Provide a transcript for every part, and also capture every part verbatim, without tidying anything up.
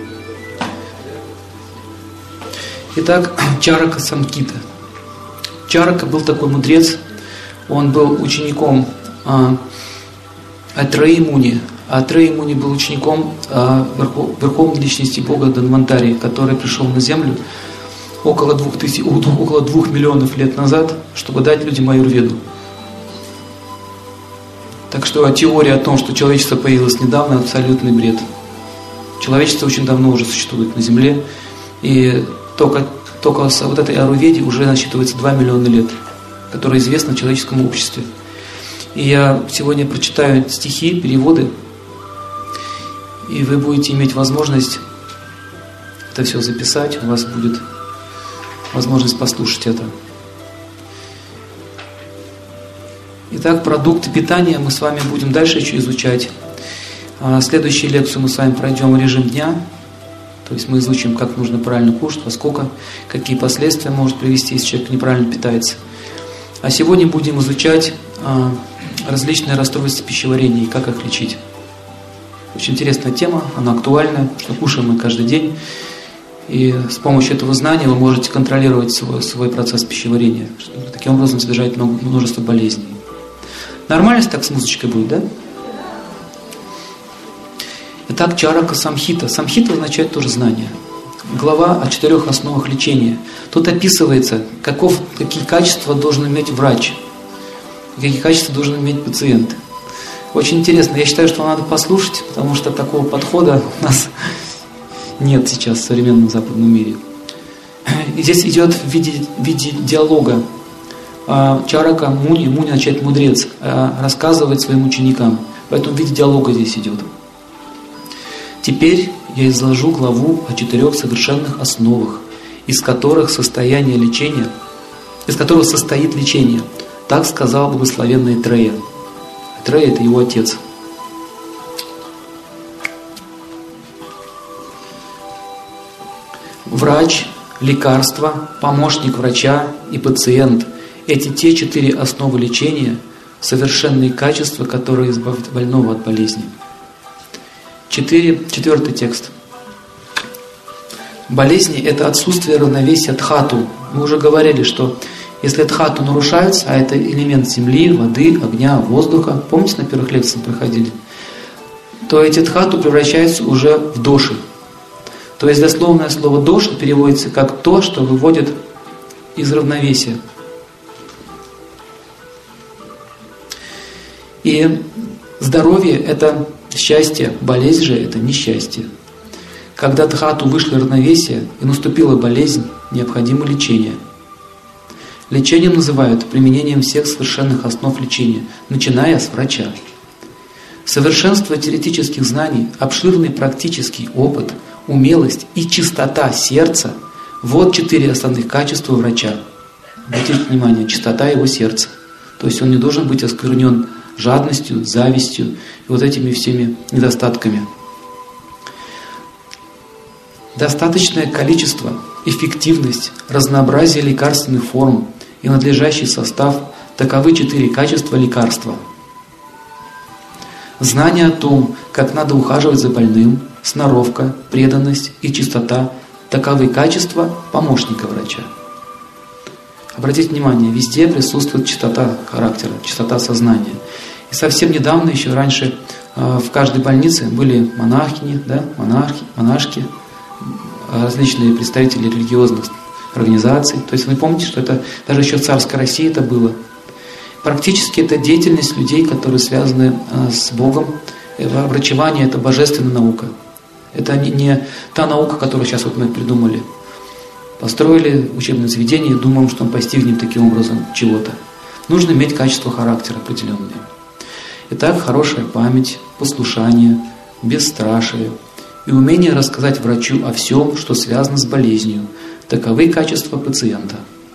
Итак, Чарака Самхита. Чарака был такой мудрец, он был учеником а, Атреи Муни. Атреи Муни был учеником а, верхов, верховной личности Бога Дханвантари, который пришел на землю около двух, тысяч, около двух миллионов лет назад, чтобы дать людям аюрведу. Так что теория о том, что человечество появилось недавно, абсолютный бред. Человечество очень давно уже существует на Земле, и только, только с вот этой аюрведе уже насчитывается два миллиона лет, которая известна в человеческом обществе. И я сегодня прочитаю стихи, переводы, и вы будете иметь возможность это все записать, у вас будет возможность послушать это. Итак, продукты питания мы с вами будем дальше еще изучать. Следующую лекцию мы с вами пройдем режим дня. То есть мы изучим, как нужно правильно кушать, во сколько, какие последствия может привести, если человек неправильно питается. А сегодня будем изучать а, различные расстройства пищеварения и как их лечить. Очень интересная тема, она актуальна, что кушаем мы каждый день. И с помощью этого знания вы можете контролировать свой, свой процесс пищеварения, чтобы таким образом избежать множество болезней. Нормально так с музычкой будет, да? Итак, Чарака Самхита. Самхита означает тоже знание. Глава о четырех основах лечения. Тут описывается, каков, какие качества должен иметь врач, какие качества должен иметь пациент. Очень интересно. Я считаю, что надо послушать, потому что такого подхода у нас нет сейчас в современном западном мире. И здесь идет в виде, в виде диалога. Чарака Муни, Муни означает мудрец, рассказывает своим ученикам. Поэтому в виде диалога здесь идет. Теперь я изложу главу о четырех совершенных основах, из которых состояние лечения, из которых состоит лечение. Так сказал благословенный Трея. Трея – это его отец. Врач, лекарство, помощник врача и пациент – эти те четыре основы лечения, совершенные качества, которые избавят больного от болезни. Четыре, четвертый текст. Болезни – это отсутствие равновесия дхату. Мы уже говорили, что если дхату нарушается, а это элемент земли, воды, огня, воздуха, помните, на первых лекциях проходили, то эти дхату превращаются уже в доши. То есть дословное слово доша переводится как то, что выводит из равновесия. И здоровье – это счастье, болезнь же – это несчастье. Когда дхату вышло равновесие и наступила болезнь, необходимо лечение. Лечением называют применением всех совершенных основ лечения, начиная с врача. Совершенство теоретических знаний, обширный практический опыт, умелость и чистота сердца – вот четыре основных качества врача. Обратите внимание, чистота его сердца. То есть он не должен быть осквернен жадностью, завистью и вот этими всеми недостатками. Достаточное количество, эффективность, разнообразие лекарственных форм и надлежащий состав – таковы четыре качества лекарства. Знание о том, как надо ухаживать за больным, сноровка, преданность и чистота – таковы качества помощника врача. Обратите внимание, везде присутствует чистота характера, чистота сознания. И совсем недавно, еще раньше, в каждой больнице были монахини, да, монахи, монашки, различные представители религиозных организаций. То есть вы помните, что это даже еще в царской России это было. Практически это деятельность людей, которые связаны с Богом. Врачевание – это божественная наука. Это не, не та наука, которую сейчас вот мы придумали. Построили учебное заведение и думаем, что мы постигнем таким образом чего-то. Нужно иметь качество характера определенное. Итак, хорошая память, послушание, бесстрашие и умение рассказать врачу о всем, что связано с болезнью. Таковы качества пациента.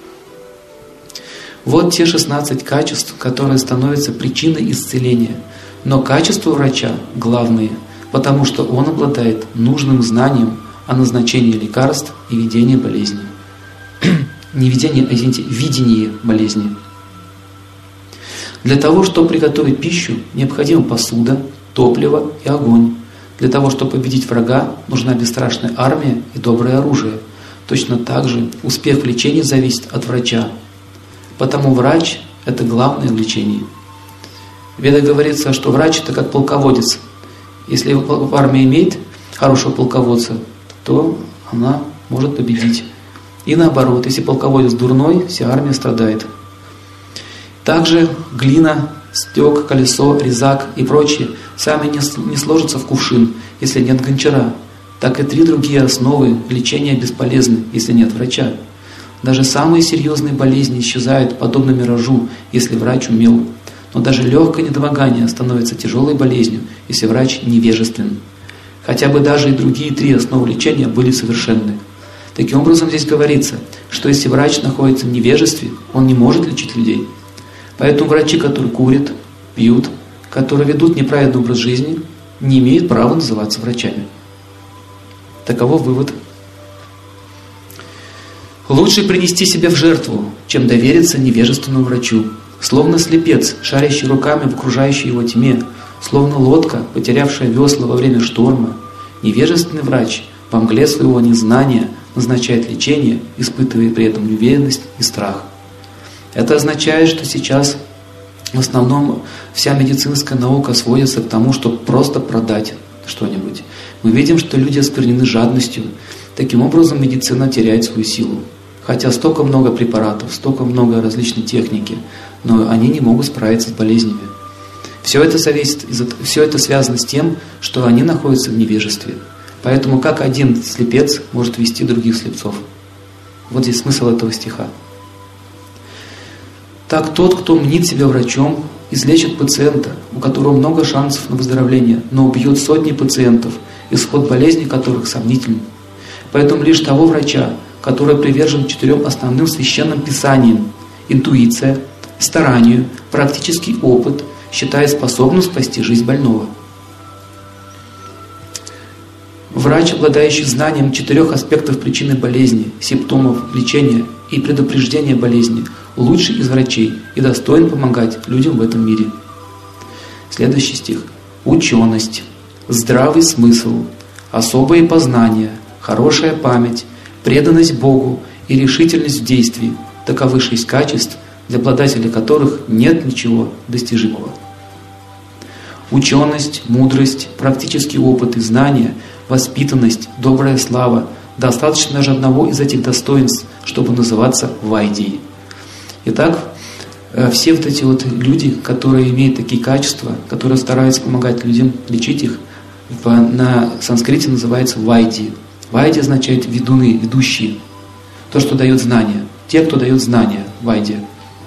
Вот те шестнадцать качеств, которые становятся причиной исцеления. Но качества врача главные, потому что он обладает нужным знанием о назначении лекарств и ведении болезни. Не ведении, а извините, видении болезни. Для того, чтобы приготовить пищу, необходима посуда, топливо и огонь. Для того, чтобы победить врага, нужна бесстрашная армия и доброе оружие. Точно так же успех в лечении зависит от врача. Потому врач – это главное в лечении. В Ведах говорится, что врач – это как полководец. Если армия имеет хорошего полководца, то она может победить. И наоборот, если полководец дурной, вся армия страдает. Также глина, стек, колесо, резак и прочие сами не сложатся в кувшин, если нет гончара. Так и три другие основы лечения бесполезны, если нет врача. Даже самые серьезные болезни исчезают подобно миражу, если врач умел. Но даже легкое недомогание становится тяжелой болезнью, если врач невежествен. Хотя бы даже и другие три основы лечения были совершенны. Таким образом, здесь говорится, что если врач находится в невежестве, он не может лечить людей. Поэтому врачи, которые курят, пьют, которые ведут неправедный образ жизни, не имеют права называться врачами. Таково вывод. Лучше принести себя в жертву, чем довериться невежественному врачу. Словно слепец, шарящий руками в окружающей его тьме, словно лодка, потерявшая весла во время шторма, невежественный врач во мгле своего незнания назначает лечение, испытывая при этом неуверенность и страх. Это означает, что сейчас в основном вся медицинская наука сводится к тому, чтобы просто продать что-нибудь. Мы видим, что люди осквернены жадностью. Таким образом, медицина теряет свою силу. Хотя столько много препаратов, столько много различной техники, но они не могут справиться с болезнями. Все это зависит, все это связано с тем, что они находятся в невежестве. Поэтому как один слепец может вести других слепцов? Вот здесь смысл этого стиха. Так тот, кто мнит себя врачом, излечит пациента, у которого много шансов на выздоровление, но убьет сотни пациентов, исход болезни которых сомнителен. Поэтому лишь того врача, который привержен четырем основным священным писаниям – интуиция, старанию, практический опыт, считает способным спасти жизнь больного. Врач, обладающий знанием четырех аспектов причины болезни, симптомов, лечения и предупреждения болезни, лучший из врачей и достоин помогать людям в этом мире. Следующий стих. Ученость, здравый смысл, особые познания, хорошая память, преданность Богу и решительность в действии – таковы шесть качеств, для обладателей которых нет ничего достижимого. Ученость, мудрость, практический опыт и знания, воспитанность, добрая слава – достаточно даже одного из этих достоинств, чтобы называться вайдией. Итак, все вот эти вот люди, которые имеют такие качества, которые стараются помогать людям, лечить их, на санскрите называется вайди. Вайди означает ведуны, ведущие. То, что дает знания. Те, кто дает знания, вайди.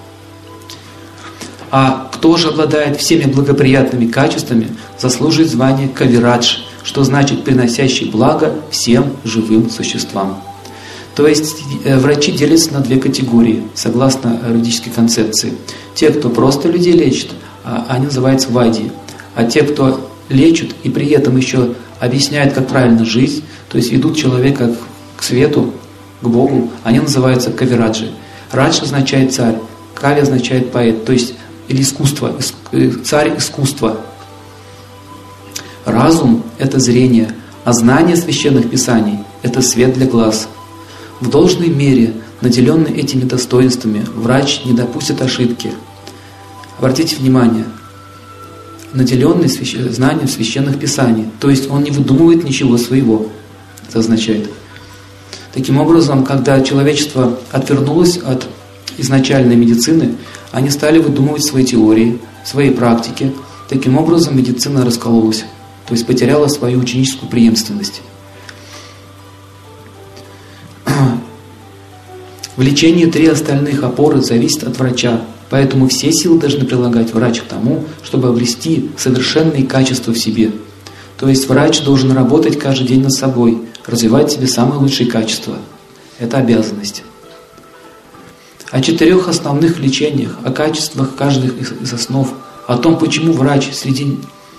А кто же обладает всеми благоприятными качествами, заслуживает звания кавирадж, что значит приносящий благо всем живым существам. То есть врачи делятся на две категории, согласно юридической концепции. Те, кто просто людей лечит, они называются вайди. А те, кто лечат и при этом еще объясняют, как правильно жить, то есть ведут человека к свету, к Богу, они называются кавираджи. Радж означает царь, кави означает поэт, то есть или искусство, царь искусства. Разум – это зрение, а знание священных писаний – это свет для глаз. В должной мере, наделенный этими достоинствами, врач не допустит ошибки. Обратите внимание, наделенный свящ... знанием священных писаний, то есть он не выдумывает ничего своего, это означает. Таким образом, когда человечество отвернулось от изначальной медицины, они стали выдумывать свои теории, свои практики. Таким образом, медицина раскололась, то есть потеряла свою ученическую преемственность. В лечении три остальных опоры зависят от врача, поэтому все силы должны прилагать врач к тому, чтобы обрести совершенные качества в себе. То есть врач должен работать каждый день над собой, развивать в себе самые лучшие качества. Это обязанность. О четырех основных лечениях, о качествах каждых из основ, о том, почему врач среди...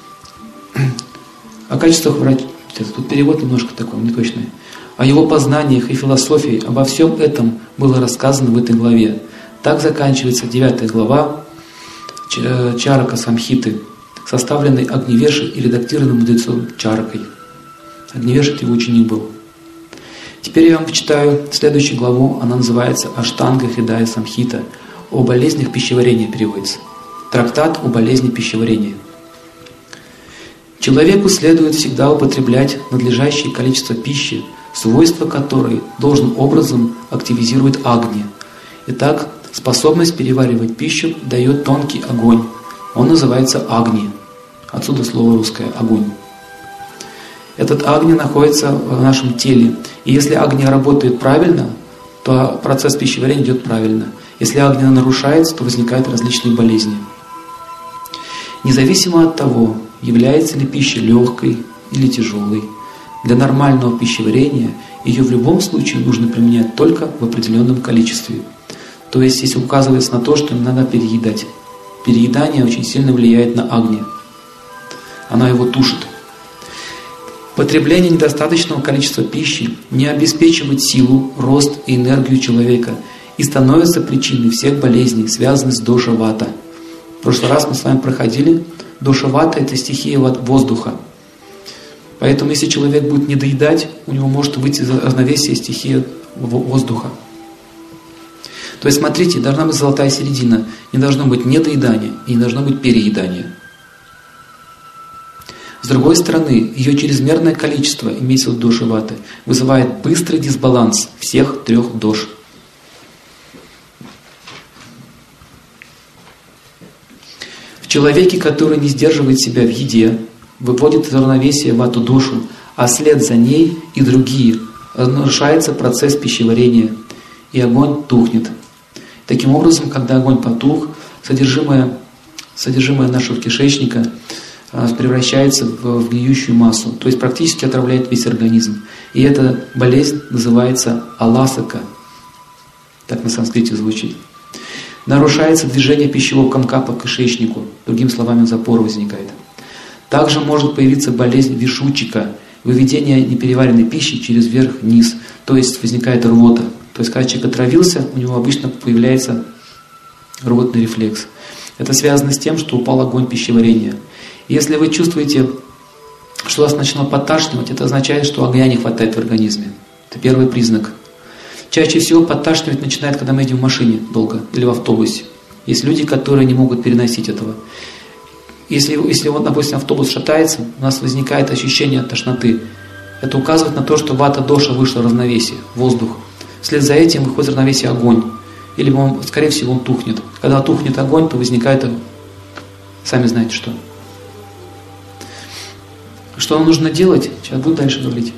О качествах врача... Тут перевод немножко такой, неточный. О его познаниях и философии, обо всем этом было рассказано в этой главе. Так заканчивается девятая глава Чарака Самхиты, составленный Агнивешей и редактированный мудрецом Чаракой. Агнивеша его ученик был. Теперь я вам почитаю следующую главу, она называется «Аштанга Хридая Самхита». О болезнях пищеварения переводится. Трактат о болезни пищеварения. Человеку следует всегда употреблять надлежащее количество пищи, свойства которой должным образом активизирует Агни. Итак, способность переваривать пищу дает тонкий огонь. Он называется Агни. Отсюда слово русское «огонь». Этот Агни находится в нашем теле. И если Агни работает правильно, то процесс пищеварения идет правильно. Если Агни нарушается, то возникают различные болезни. Независимо от того, является ли пища легкой или тяжелой, для нормального пищеварения ее в любом случае нужно применять только в определенном количестве. То есть, если указывается на то, что не надо переедать. Переедание очень сильно влияет на Агни. Она его тушит. Потребление недостаточного количества пищи не обеспечивает силу, рост и энергию человека и становится причиной всех болезней, связанных с доша-вата. В прошлый раз мы с вами проходили, доша-вата – это стихия воздуха. Поэтому если человек будет недоедать, у него может выйти из равновесия стихия воздуха. То есть смотрите, должна быть золотая середина, не должно быть недоедания и не должно быть переедания. С другой стороны, ее чрезмерное количество, имеется в виду доша-ваты, вызывает быстрый дисбаланс всех трех дош. В человеке, который не сдерживает себя в еде, выводит из равновесия вату-дошу, а вслед за ней и другие, нарушается процесс пищеварения, и огонь тухнет. Таким образом, когда огонь потух, содержимое, содержимое нашего кишечника превращается в гниющую массу, то есть практически отравляет весь организм. И эта болезнь называется аласака, так на санскрите звучит. Нарушается движение пищевого комка по кишечнику, другими словами, запор возникает. Также может появиться болезнь вишучика, выведение непереваренной пищи через верх-вниз, то есть возникает рвота. То есть, когда человек отравился, у него обычно появляется рвотный рефлекс. Это связано с тем, что упал огонь пищеварения. Если вы чувствуете, что вас начало подташнивать, это означает, что огня не хватает в организме. Это первый признак. Чаще всего подташнивать начинает, когда мы едем в машине долго или в автобусе. Есть люди, которые не могут переносить этого. Если, если вот, допустим, автобус шатается, у нас возникает ощущение тошноты. Это указывает на то, что вата-доша вышла в равновесие, воздух. Вслед за этим выходит в равновесие огонь. Или, он, скорее всего, он тухнет. Когда тухнет огонь, то возникает, сами знаете что. Что нам нужно делать? Сейчас буду дальше говорить.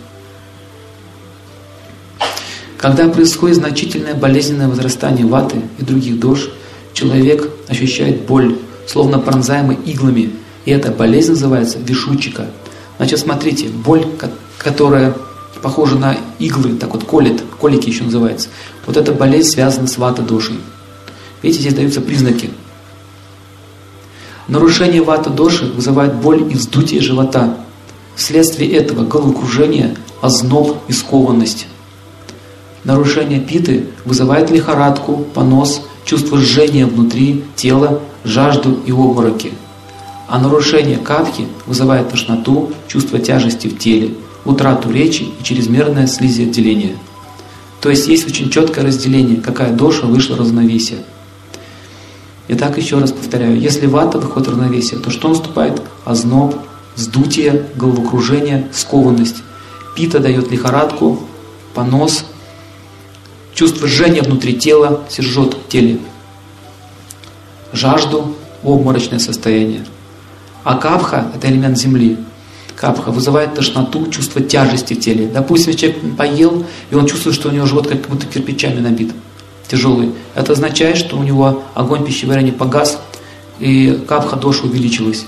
Когда происходит значительное болезненное возрастание ваты и других дош, человек ощущает боль, словно пронзаемый иглами. И эта болезнь называется вишучика. Значит, смотрите, боль, которая похожа на иглы, так вот колет, колики еще называется. Вот эта болезнь связана с вата-дошей. Видите, здесь даются признаки. Нарушение вата-доши вызывает боль и вздутие живота. Вследствие этого головокружение, озноб и скованность. Нарушение питы вызывает лихорадку, понос, чувство жжения внутри тела, жажду и обмороки. А нарушение капхи вызывает тошноту, чувство тяжести в теле, утрату речи и чрезмерное слизоотделение. То есть есть очень четкое разделение, какая доша вышла в равновесие. Итак, еще раз повторяю, если вата выходит в равновесие, то что наступает? Озноб, вздутие, головокружение, скованность. Пита дает лихорадку, понос, чувство жжения внутри тела, жжет в теле, жажду, обморочное состояние. А капха – это элемент земли. Капха вызывает тошноту, чувство тяжести в теле. Допустим, человек поел, и он чувствует, что у него живот как будто кирпичами набит, тяжелый. Это означает, что у него огонь пищеварения погас, и капха доша увеличилась.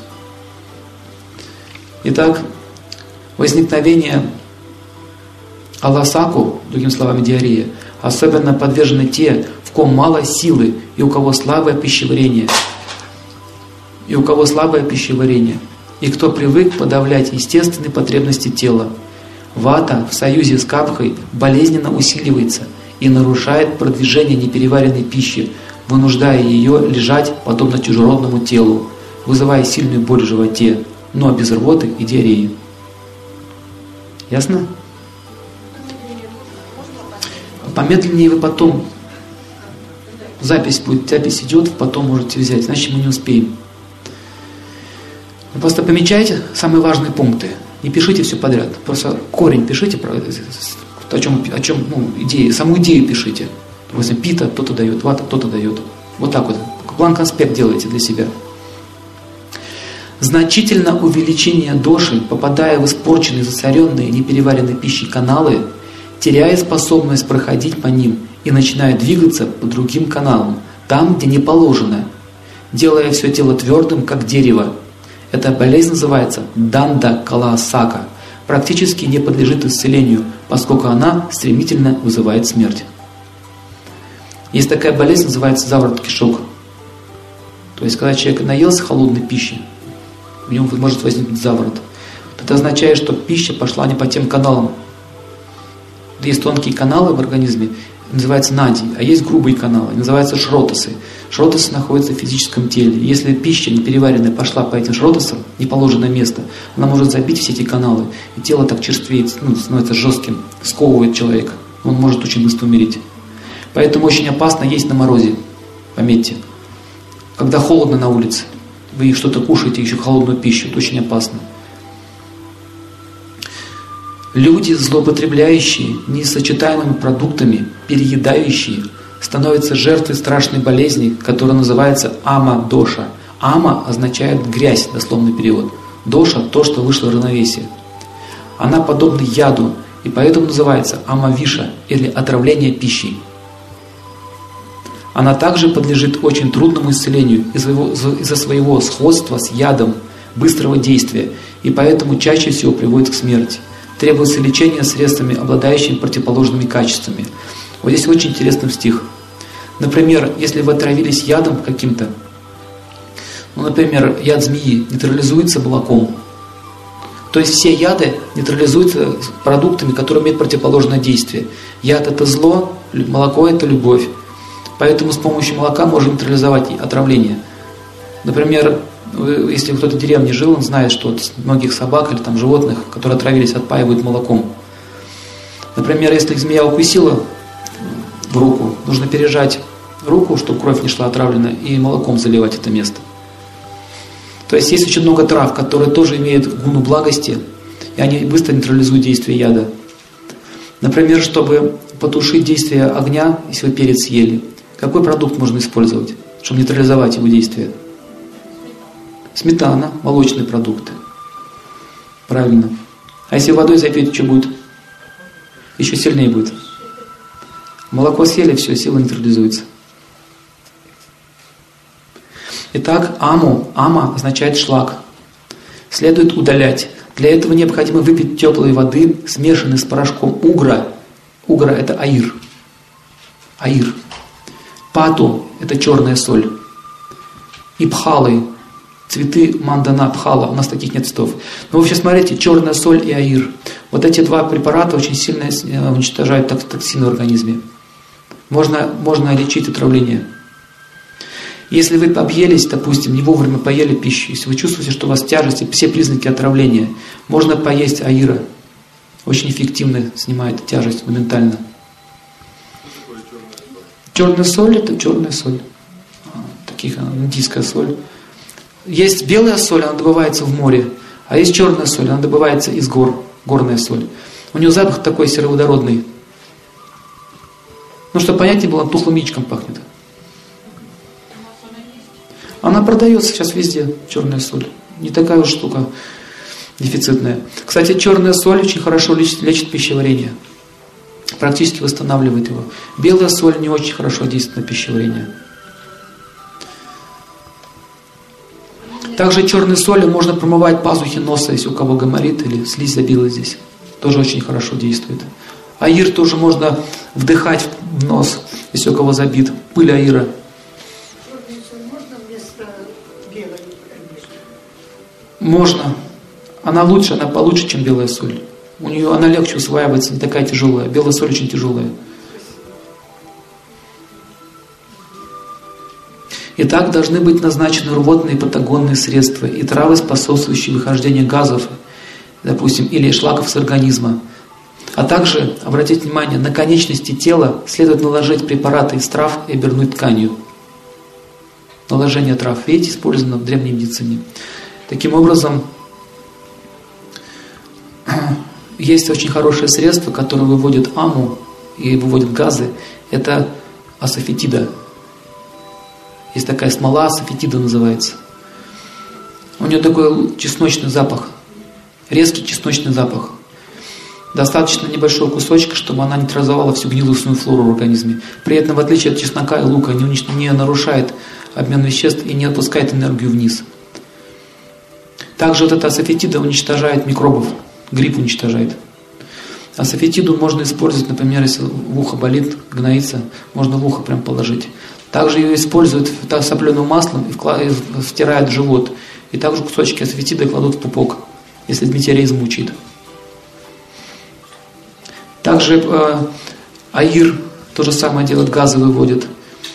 Итак, возникновение аласаку, другими словами диарея, особенно подвержены те, в ком мало силы и у кого слабое пищеварение. И у кого слабое пищеварение. И кто привык подавлять естественные потребности тела. Вата в союзе с капхой болезненно усиливается и нарушает продвижение непереваренной пищи, вынуждая ее лежать подобно чужеродному телу. вызывая сильную боль в животе, но без рвоты и диареи. Ясно? Помедленнее вы потом. Запись будет, запись идет, потом можете взять, иначе мы не успеем. Вы просто помечайте самые важные пункты. Не пишите все подряд. Просто корень пишите, о чем, о чем ну, идеи, саму идею пишите. Допустим, пита кто-то дает, вата кто-то дает. Вот так вот. План-конспект делайте для себя. Значительно увеличение доши, попадая в испорченные, засоренные, непереваренные пищей каналы, теряет способность проходить по ним и начинает двигаться по другим каналам, там, где не положено, делая все тело твердым, как дерево. Эта болезнь называется данда-каласака, практически не подлежит исцелению, поскольку она стремительно вызывает смерть. Есть такая болезнь, называется заворот кишок. То есть, когда человек наелся холодной пищи, в нем может возникнуть заворот. Это означает, что пища пошла не по тем каналам. Есть тонкие каналы в организме, называются нади, а есть грубые каналы, называются шротасы. Шротасы находятся в физическом теле. Если пища непереваренная пошла по этим шротасам, не положенное место, она может забить все эти каналы, и тело так черствеет, ну, становится жестким, сковывает человека. Он может очень быстро умереть. Поэтому очень опасно есть на морозе, пометьте. Когда холодно на улице, вы что-то кушаете, еще холодную пищу, это очень опасно. Люди, злоупотребляющие несочетаемыми продуктами, переедающие, становятся жертвой страшной болезни, которая называется ама-доша. Ама означает грязь, дословный перевод. Доша – то, что вышло в равновесие. Она подобна яду, и поэтому называется ама-виша, или отравление пищей. Она также подлежит очень трудному исцелению из-за своего сходства с ядом, быстрого действия, и поэтому чаще всего приводит к смерти. Требуется лечение средствами, обладающими противоположными качествами. Вот здесь очень интересный стих. Например, если вы отравились ядом каким-то, ну, например, яд змеи нейтрализуется молоком. То есть все яды нейтрализуются продуктами, которые имеют противоположное действие. Яд – это зло, молоко – это любовь. Поэтому с помощью молока можно нейтрализовать отравление. Например, если кто-то в деревне жил, он знает, что вот многих собак или там, животных, которые отравились, отпаивают молоком. Например, если змея укусила в руку, нужно пережать руку, чтобы кровь не шла отравлена, и молоком заливать это место. То есть есть очень много трав, которые тоже имеют гуну благости, и они быстро нейтрализуют действие яда. Например, чтобы потушить действие огня, если вы перец съели, какой продукт можно использовать, чтобы нейтрализовать его действие? Сметана, молочные продукты. Правильно. А если водой запить, что будет? Еще сильнее будет. Молоко съели, все, сила нейтрализуется. Итак, аму, ама означает шлак. Следует удалять. Для этого необходимо выпить теплой воды, смешанной с порошком угра. Угра – это аир. Аир. Пату – это черная соль. И пхалы – цветы мандана пхала. У нас таких нет цветов. Но вы сейчас смотрите, черная соль и аир. Вот эти два препарата очень сильно уничтожают токсины в организме. Можно, можно лечить отравление. Если вы объелись, допустим, не вовремя поели пищу, если вы чувствуете, что у вас тяжесть и все признаки отравления, можно поесть аира. Очень эффективно снимает тяжесть моментально. Черная соль – это черная соль. Таких, индийская соль. Есть белая соль, она добывается в море. А есть черная соль, она добывается из гор. Горная соль. У нее запах такой сероводородный. Ну, чтобы понятнее было, тухлым яичком пахнет. Она продается сейчас везде, черная соль. Не такая уж штука дефицитная. Кстати, черная соль очень хорошо лечит, лечит пищеварение. Практически восстанавливает его. Белая соль не очень хорошо действует на пищеварение. Также черной солью можно промывать пазухи носа, если у кого гайморит или слизь забила здесь. Тоже очень хорошо действует. Аир тоже можно вдыхать в нос, если у кого забит. Пыль аира. Можно. Она лучше, она получше, чем белая соль. У нее она легче усваивается, не такая тяжелая. Белая соль очень тяжелая. Итак, должны быть назначены рвотные патагонные средства и травы, способствующие выхождению газов, допустим, или шлаков с организма. А также, обратите внимание, на конечности тела следует наложить препараты из трав и обернуть тканью. Наложение трав, видите, использовано в древней медицине. Таким образом, есть очень хорошее средство, которое выводит аму и выводит газы. Это асафетида. Есть такая смола, асафетида называется. У нее такой чесночный запах, резкий чесночный запах. Достаточно небольшого кусочка, чтобы она нейтрализовала всю гнилостную флору в организме. При этом, в отличие от чеснока и лука, не, не нарушает обмен веществ и не отпускает энергию вниз. Также вот эта асафетида уничтожает микробов, грипп уничтожает. Асафетиду можно использовать, например, если в ухо болит, гноится, можно в ухо прям положить. Также ее используют с сопленым маслом и втирают в живот. И также кусочки асафетида кладут в пупок, если метеоризм мучает. Также э, аир то же самое делает, газы выводит.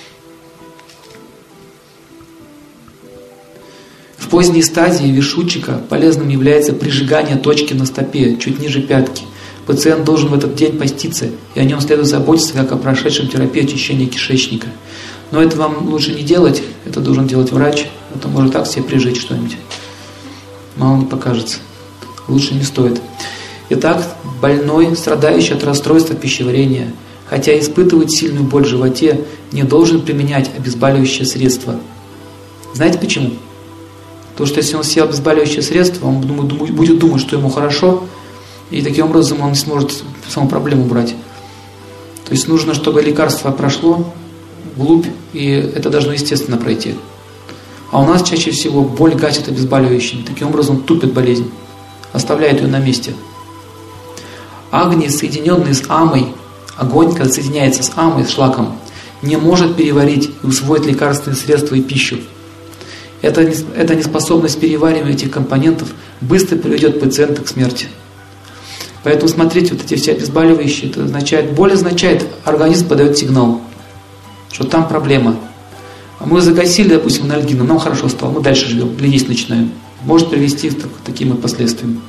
В поздней стадии вишучика полезным является прижигание точки на стопе, чуть ниже пятки. Пациент должен в этот день поститься, и о нем следует заботиться, как о прошедшем терапии очищения кишечника. Но это вам лучше не делать, это должен делать врач, а то может так себе прижечь что-нибудь. Мало не покажется. Лучше не стоит. Итак, больной, страдающий от расстройства пищеварения, хотя испытывает сильную боль в животе, не должен применять обезболивающее средство. Знаете почему? Потому что если он съел обезболивающее средство, он будет думать, что ему хорошо, и таким образом он не сможет саму проблему убрать. То есть нужно, чтобы лекарство прошло вглубь, и это должно естественно пройти. А у нас чаще всего боль гасит обезболивающим, таким образом тупит болезнь, оставляет ее на месте. Агни, соединенный с амой, огонь, когда соединяется с амой, с шлаком, не может переварить и усвоить лекарственные средства и пищу. Эта, эта неспособность переваривания этих компонентов быстро приведет пациента к смерти. Поэтому смотрите, вот эти все обезболивающие, это означает, боль означает, организм подает сигнал, что там проблема. А мы загасили, допустим, анальгином, нам хорошо стало, мы дальше живем, или есть начинаем. Может привести к таким вот последствиям.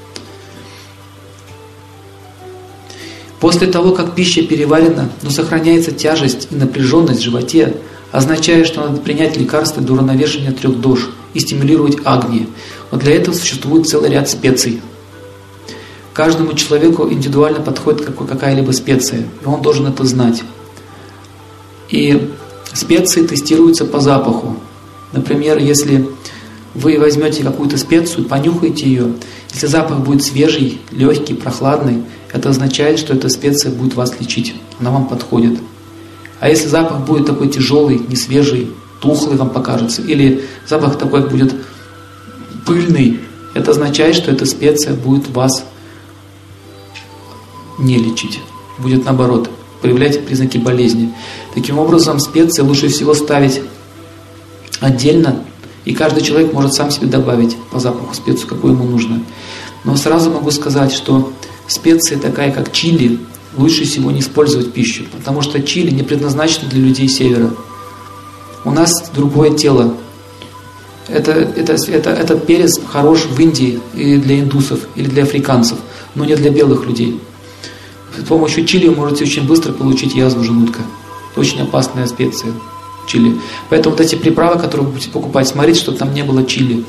После того, как пища переварена, но сохраняется тяжесть и напряженность в животе, означает, что надо принять лекарства для уравновешивания трех дож и стимулировать агни. Но для этого существует целый ряд специй. Каждому человеку индивидуально подходит какая-либо специя, и он должен это знать. И специи тестируются по запаху. Например, если вы возьмете какую-то специю, понюхаете ее, если запах будет свежий, легкий, прохладный, это означает, что эта специя будет вас лечить, она вам подходит. А если запах будет такой тяжелый, несвежий, тухлый вам покажется, или запах такой будет пыльный, это означает, что эта специя будет вас не лечить, будет наоборот, проявлять признаки болезни. Таким образом, специи лучше всего ставить отдельно, и каждый человек может сам себе добавить по запаху специю, какую ему нужно. Но сразу могу сказать, что специя такая, как чили, лучше всего не использовать в пищу, потому что чили не предназначено для людей севера. У нас другое тело. Это, это, это, этот перец хорош в Индии и для индусов, или для африканцев, но не для белых людей. С помощью чили вы можете очень быстро получить язву желудка. Это очень опасная специя, чили. Поэтому вот эти приправы, которые вы будете покупать, смотрите, чтобы там не было чили.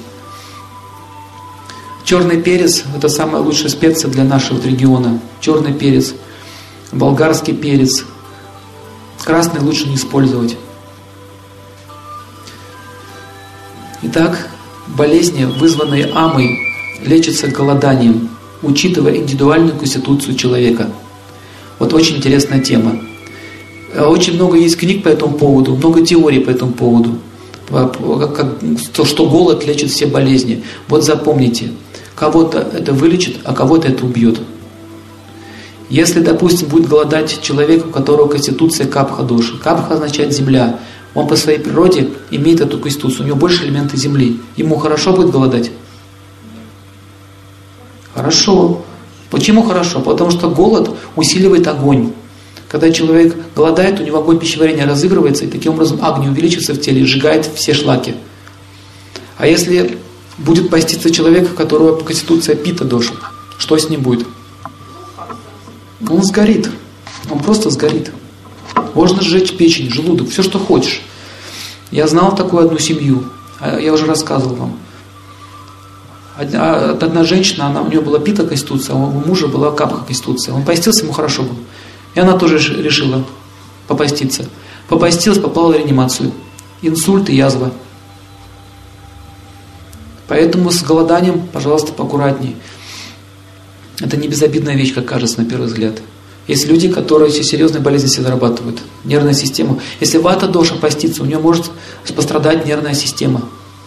Черный перец – это самая лучшая специя для нашего региона. Черный перец, болгарский перец. Красный лучше не использовать. Итак, болезни, вызванные амой, лечатся голоданием, учитывая индивидуальную конституцию человека. Вот очень интересная тема. Очень много есть книг по этому поводу, много теорий по этому поводу. То, что голод лечит все болезни. Вот запомните, кого-то это вылечит, а кого-то это убьет. Если, допустим, будет голодать человек, у которого конституция капха-доши. Капха означает земля. Он по своей природе имеет эту конституцию, у него больше элементы земли. Ему хорошо будет голодать? Хорошо. Почему хорошо? Потому что голод усиливает огонь. Когда человек голодает, у него огонь пищеварения разыгрывается, и таким образом агни увеличивается в теле и сжигает все шлаки. А если будет поститься человек, у которого конституция пита доша, что с ним будет? Он сгорит. Он просто сгорит. Можно сжечь печень, желудок, все, что хочешь. Я знал такую одну семью, я уже рассказывал вам. Одна, одна женщина, она, у нее была пита конституция, а у мужа была капха конституция. Он постился, ему хорошо было. И она тоже решила попаститься. Попастилась, попала в реанимацию. Инсульт и язва. Поэтому с голоданием, пожалуйста, поаккуратней. Это не безобидная вещь, как кажется на первый взгляд. Есть люди, которые все серьезные болезни себе зарабатывают. Нервная система. Если вата доша постится, у нее может пострадать нервная система.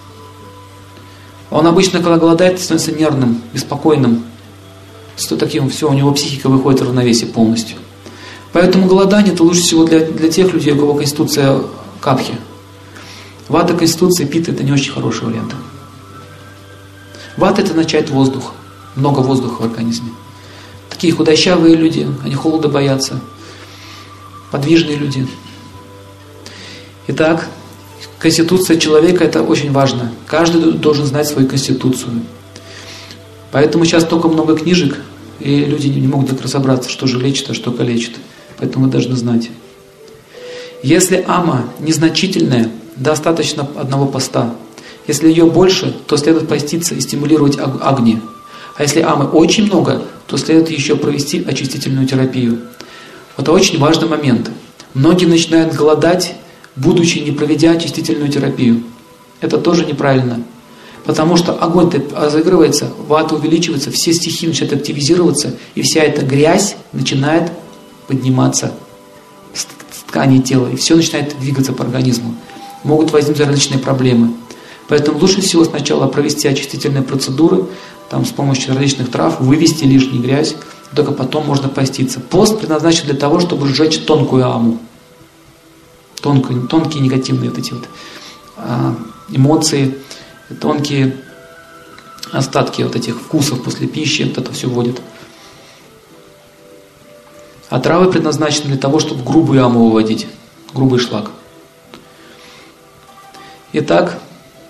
Он обычно, когда голодает, становится нервным, беспокойным. Что таким, все, у него психика выходит в равновесие полностью. Поэтому голодание это лучше всего для, для тех людей, у кого конституция капхи. Вата конституция пита это не очень хороший вариант. Вата это означает воздух. Много воздуха в организме. Такие худощавые люди, они холода боятся. Подвижные люди. Итак, конституция человека это очень важно. Каждый должен знать свою конституцию. Поэтому сейчас столько много книжек, и люди не могут так разобраться, что же лечит, а что калечит. Поэтому вы должны знать. Если ама незначительная, достаточно одного поста. Если ее больше, то следует поститься и стимулировать агни. А если амы очень много, то следует еще провести очистительную терапию. Это очень важный момент. Многие начинают голодать, будучи не проведя очистительную терапию. Это тоже неправильно. Потому что огонь разыгрывается, вата увеличивается, все стихии начинают активизироваться, и вся эта грязь начинает подниматься с ткани тела, и все начинает двигаться по организму. Могут возникнуть различные проблемы. Поэтому лучше всего сначала провести очистительные процедуры, там, с помощью различных трав, вывести лишнюю грязь, только потом можно поститься. Пост предназначен для того, чтобы сжечь тонкую аму. Тонкие, тонкие негативные вот эти вот а, эмоции, тонкие остатки вот этих вкусов после пищи, вот это все вводит. А травы предназначены для того, чтобы грубую аму выводить, грубый шлак. Итак,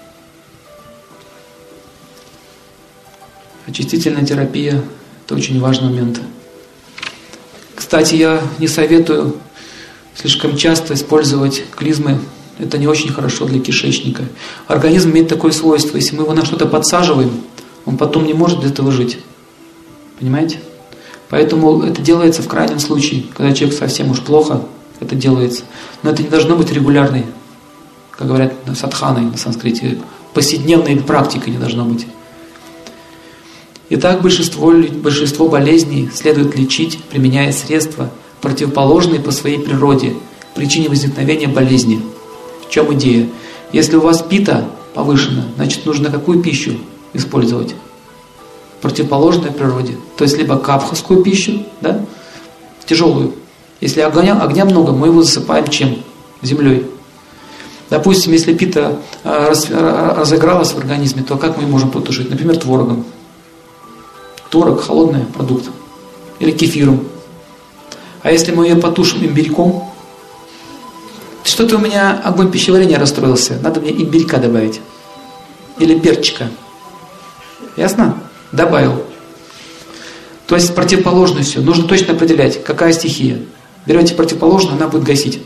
очистительная терапия – это очень важный момент. Кстати, я не советую слишком часто использовать клизмы. Это не очень хорошо для кишечника. Организм имеет такое свойство. Если мы его на что-то подсаживаем, он потом не может без этого жить. Понимаете? Поэтому это делается в крайнем случае. Когда человек совсем уж плохо, это делается. Но это не должно быть регулярной, как говорят, садханой на санскрите. Повседневной практикой не должно быть. Итак, большинство, большинство болезней следует лечить, применяя средства, противоположные по своей природе, причине возникновения болезни. В чем идея? Если у вас пита повышена, значит нужно какую пищу использовать? Противоположной природе. То есть либо капховскую пищу, да, тяжелую. Если огня, огня много, мы его засыпаем чем? Землей. Допустим, если пита разыгралась в организме, то как мы ее можем потушить? Например, творогом. Творог – холодный продукт. Или кефиром. А если мы ее потушим имбирьком, что-то у меня огонь пищеварения расстроился, надо мне имбирька добавить. Или перчика. Ясно? Добавил. То есть противоположное все. Нужно точно определять, какая стихия. Берете противоположную, она будет гасить.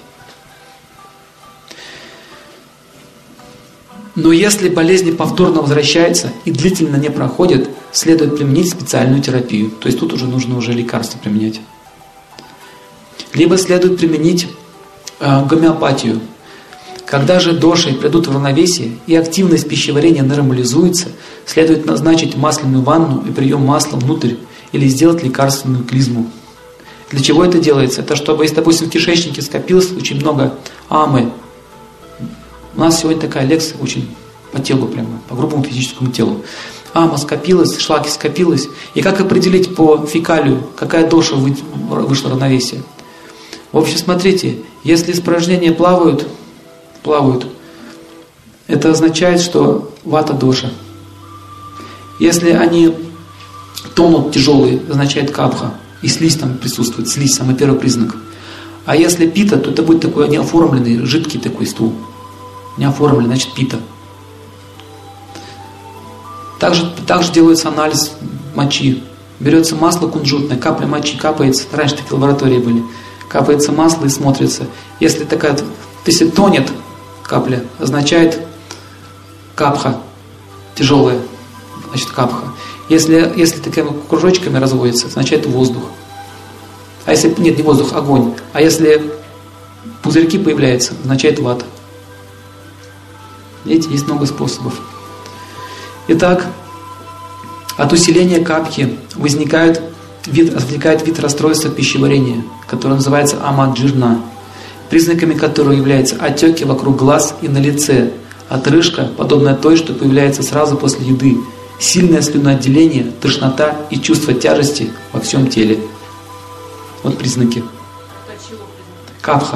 Но если болезнь повторно возвращается и длительно не проходит, следует применить специальную терапию. То есть тут уже нужно уже лекарства применять. Либо следует применить э, гомеопатию. Когда же доши придут в равновесие и активность пищеварения нормализуется, следует назначить масляную ванну и прием масла внутрь или сделать лекарственную клизму. Для чего это делается? Это чтобы, если, допустим, в кишечнике скопилось очень много амы. У нас сегодня такая лекция очень по телу прямо, по грубому физическому телу. Ама скопилась, шлаки скопилась. И как определить по фекалию, какая доша вышла в равновесие? В общем, смотрите, если испражнения плавают, плавают, это означает, что вата доша. Если они тонут тяжелые, означает капха. И слизь там присутствует, слизь, самый первый признак. А если пита, то это будет такой неоформленный, жидкий такой стул. Неоформленный, значит пита. Также, также делается анализ мочи. Берется масло кунжутное, капля мочи капается. Раньше такие лаборатории были. Капается масло и смотрится. Если такая, если тонет капля, означает капха, тяжелая, значит капха. Если, если такими кружочками разводится, означает воздух. А если, нет, не воздух, огонь. А если пузырьки появляются, означает вата. Видите, есть много способов. Итак, от усиления капхи возникает вид, возникает вид расстройства пищеварения, который называется амаджирна, признаками которого являются отеки вокруг глаз и на лице, отрыжка, подобная той, что появляется сразу после еды, сильное слюноотделение, тошнота и чувство тяжести во всем теле. Вот признаки. Капха.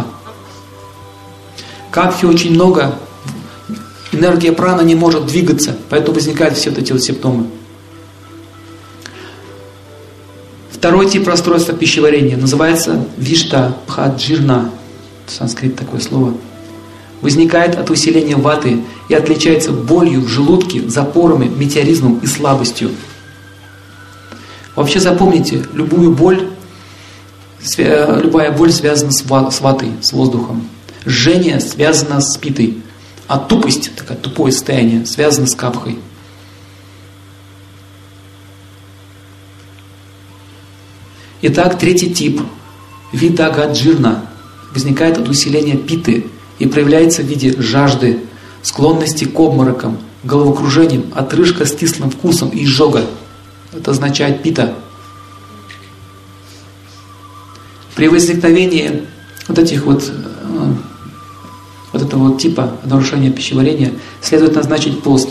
Капхи очень много. Энергия праны не может двигаться, поэтому возникают все вот эти вот симптомы. Второй тип расстройства пищеварения называется вишта бхаджирна. Санскрит такое слово. Возникает от усиления ваты и отличается болью в желудке, запорами, метеоризмом и слабостью. Вообще запомните, любую боль, любая боль связана с ватой, с воздухом. Жжение связано с питой. А тупость, такое тупое состояние, связано с капхой. Итак, третий тип, витагаджирна, возникает от усиления питы и проявляется в виде жажды, склонности к обморокам, головокружением, отрыжка с кислым вкусом и изжога. Это означает пита. При возникновении вот этих вот вот этого вот типа нарушения пищеварения следует назначить пост.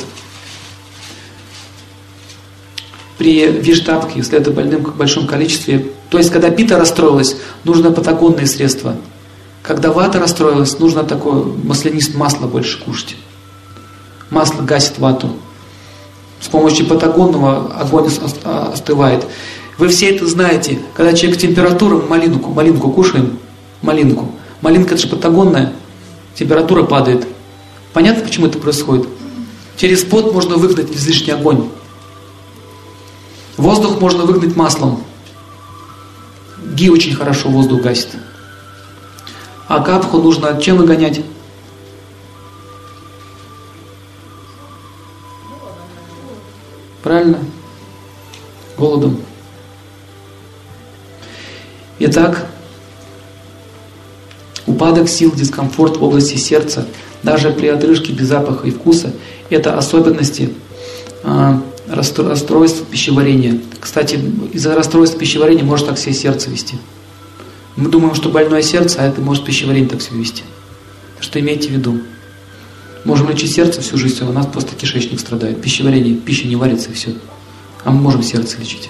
При виштапке, если это больным в большом количестве, то есть когда пита расстроилась, нужно патагонные средства. Когда вата расстроилась, нужно такое маслянистое масло больше кушать. Масло гасит вату. С помощью патагонного огонь остывает. Вы все это знаете. Когда человек температура, малинку, малинку кушаем, малинку. Малинка это же патагонная, температура падает. Понятно, почему это происходит? Через пот можно выгнать излишний огонь. Воздух можно выгнать маслом. Ги очень хорошо воздух гасит. А капху нужно чем выгонять? Правильно? Голодом. Итак, упадок сил, дискомфорт в области сердца, даже при отрыжке без запаха и вкуса, это особенности э, расстройства пищеварения. Кстати, из-за расстройства пищеварения может так все сердце вести. Мы думаем, что больное сердце, а это может пищеварение так все вести. Так что имейте в виду. Можем лечить сердце всю жизнь, а у нас просто кишечник страдает. Пищеварение, пища не варится и все. А мы можем сердце лечить.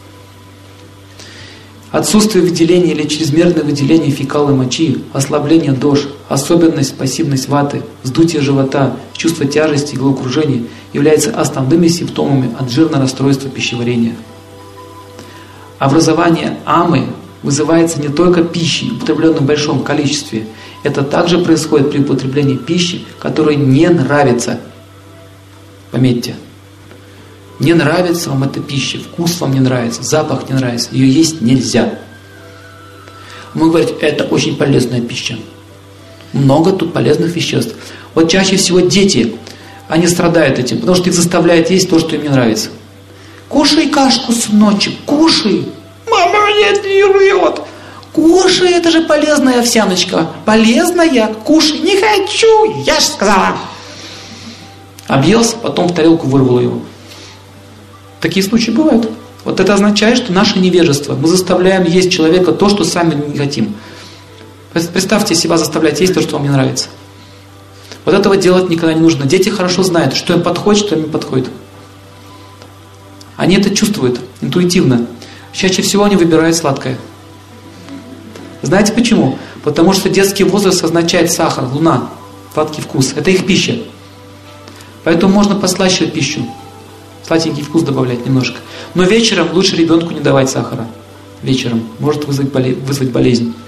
Отсутствие выделения или чрезмерное выделение фекал и мочи, ослабление дож, особенность, пассивность ваты, вздутие живота, чувство тяжести и головокружения являются основными симптомами аджирна расстройства пищеварения. Образование амы вызывается не только пищей, употребленной в большом количестве. Это также происходит при употреблении пищи, которая не нравится. Пометьте. Не нравится вам эта пища, вкус вам не нравится, запах не нравится, ее есть нельзя. Мы говорим, это очень полезная пища. Много тут полезных веществ. Вот чаще всего дети, они страдают этим, потому что их заставляют есть то, что им не нравится. Кушай кашку, сыночек, кушай. Мама меня не рвет. Кушай, это же полезная овсяночка. Полезная, кушай. Не хочу, я же сказала. Объелся, потом в тарелку вырвал его. Такие случаи бывают. Вот это означает, что наше невежество. Мы заставляем есть человека то, что сами не хотим. Представьте себя заставлять есть то, что вам не нравится. Вот этого делать никогда не нужно. Дети хорошо знают, что им подходит, что им не подходит. Они это чувствуют интуитивно. Чаще всего они выбирают сладкое. Знаете почему? Потому что детский возраст означает сахар, луна, сладкий вкус. Это их пища. Поэтому можно послаще пищу. Сладенький вкус добавлять немножко. Но вечером лучше ребенку не давать сахара. Вечером. Может вызвать, боле... вызвать болезнь.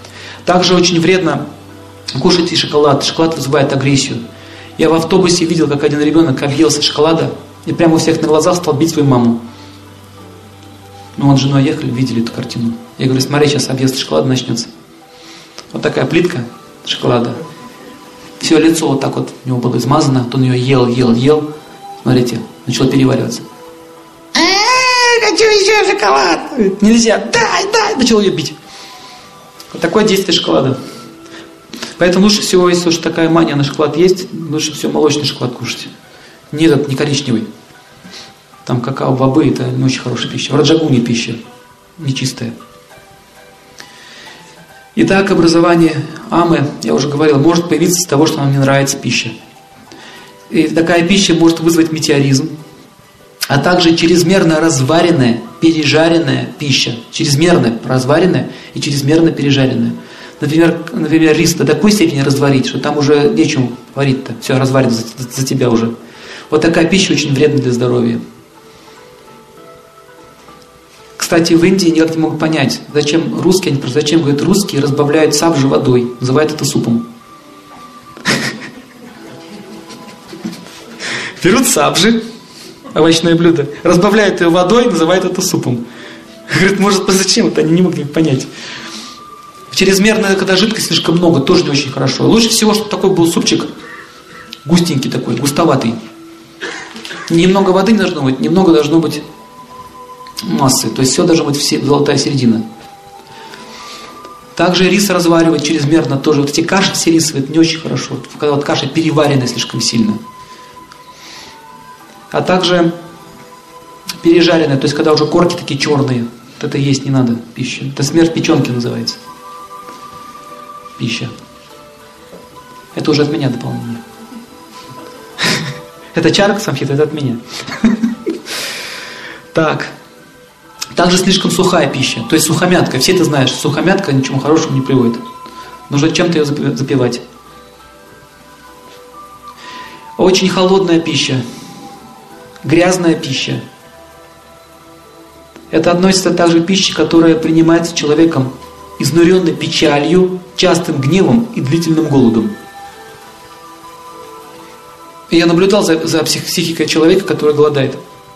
Также очень вредно кушать и шоколад. Шоколад вызывает агрессию. Я в автобусе видел, как один ребенок объелся шоколада и прямо у всех на глазах стал бить свою маму. Ну, он с женой ехали, видели эту картину. Я говорю, смотри, сейчас объезд шоколада начнется. Вот такая плитка шоколада. Все лицо вот так вот у него было измазано. Он ее ел, ел, ел. Смотрите, начал перевариваться. Хочу еще шоколад. Нельзя, дай, дай. Начал ее бить. Вот такое действие шоколада. Поэтому лучше всего, если уж такая мания на шоколад есть, лучше всего молочный шоколад кушать. Не этот, не коричневый. Там какао-бобы, это не очень хорошая пища. В раджагуне пища, нечистая. Итак, образование амы, я уже говорил, может появиться из того, что нам не нравится пища. И такая пища может вызвать метеоризм, а также чрезмерно разваренная, пережаренная пища. Чрезмерно разваренная и чрезмерно пережаренная. Например, например, рис до такой степени разварить, что там уже нечем варить-то. Все разварено за, за тебя уже. Вот такая пища очень вредна для здоровья. Кстати, в Индии никак не могут понять, зачем русские, они просто зачем, говорят, русские разбавляют сабжи водой, называют это супом. Берут сабжи, овощное блюдо, разбавляют ее водой, называют это супом. Говорят, может, зачем это, они не могли понять. Чрезмерно, когда жидкости слишком много, тоже не очень хорошо. Лучше всего, чтобы такой был супчик густенький такой, густоватый. Немного воды не должно быть, немного должно быть массы. То есть все должно быть все, золотая середина. Также рис разваривать чрезмерно тоже. Вот эти каши все рисовые, это не очень хорошо. Когда вот каша переваренная слишком сильно. А также пережаренная, то есть когда уже корки такие черные. Вот это есть не надо пища. Это смерть печенки называется. Пища. Это уже от меня дополнение. Это чарка самхита, это от меня. Так. Также слишком сухая пища. То есть сухомятка. Все это знают, что сухомятка ничему хорошему не приводит. Нужно чем-то ее запивать. Очень холодная пища. Грязная пища. Это относится также к пище, которая принимается человеком, изнуренный печалью, частым гневом и длительным голодом. И я наблюдал за, за психикой человека, который голодает.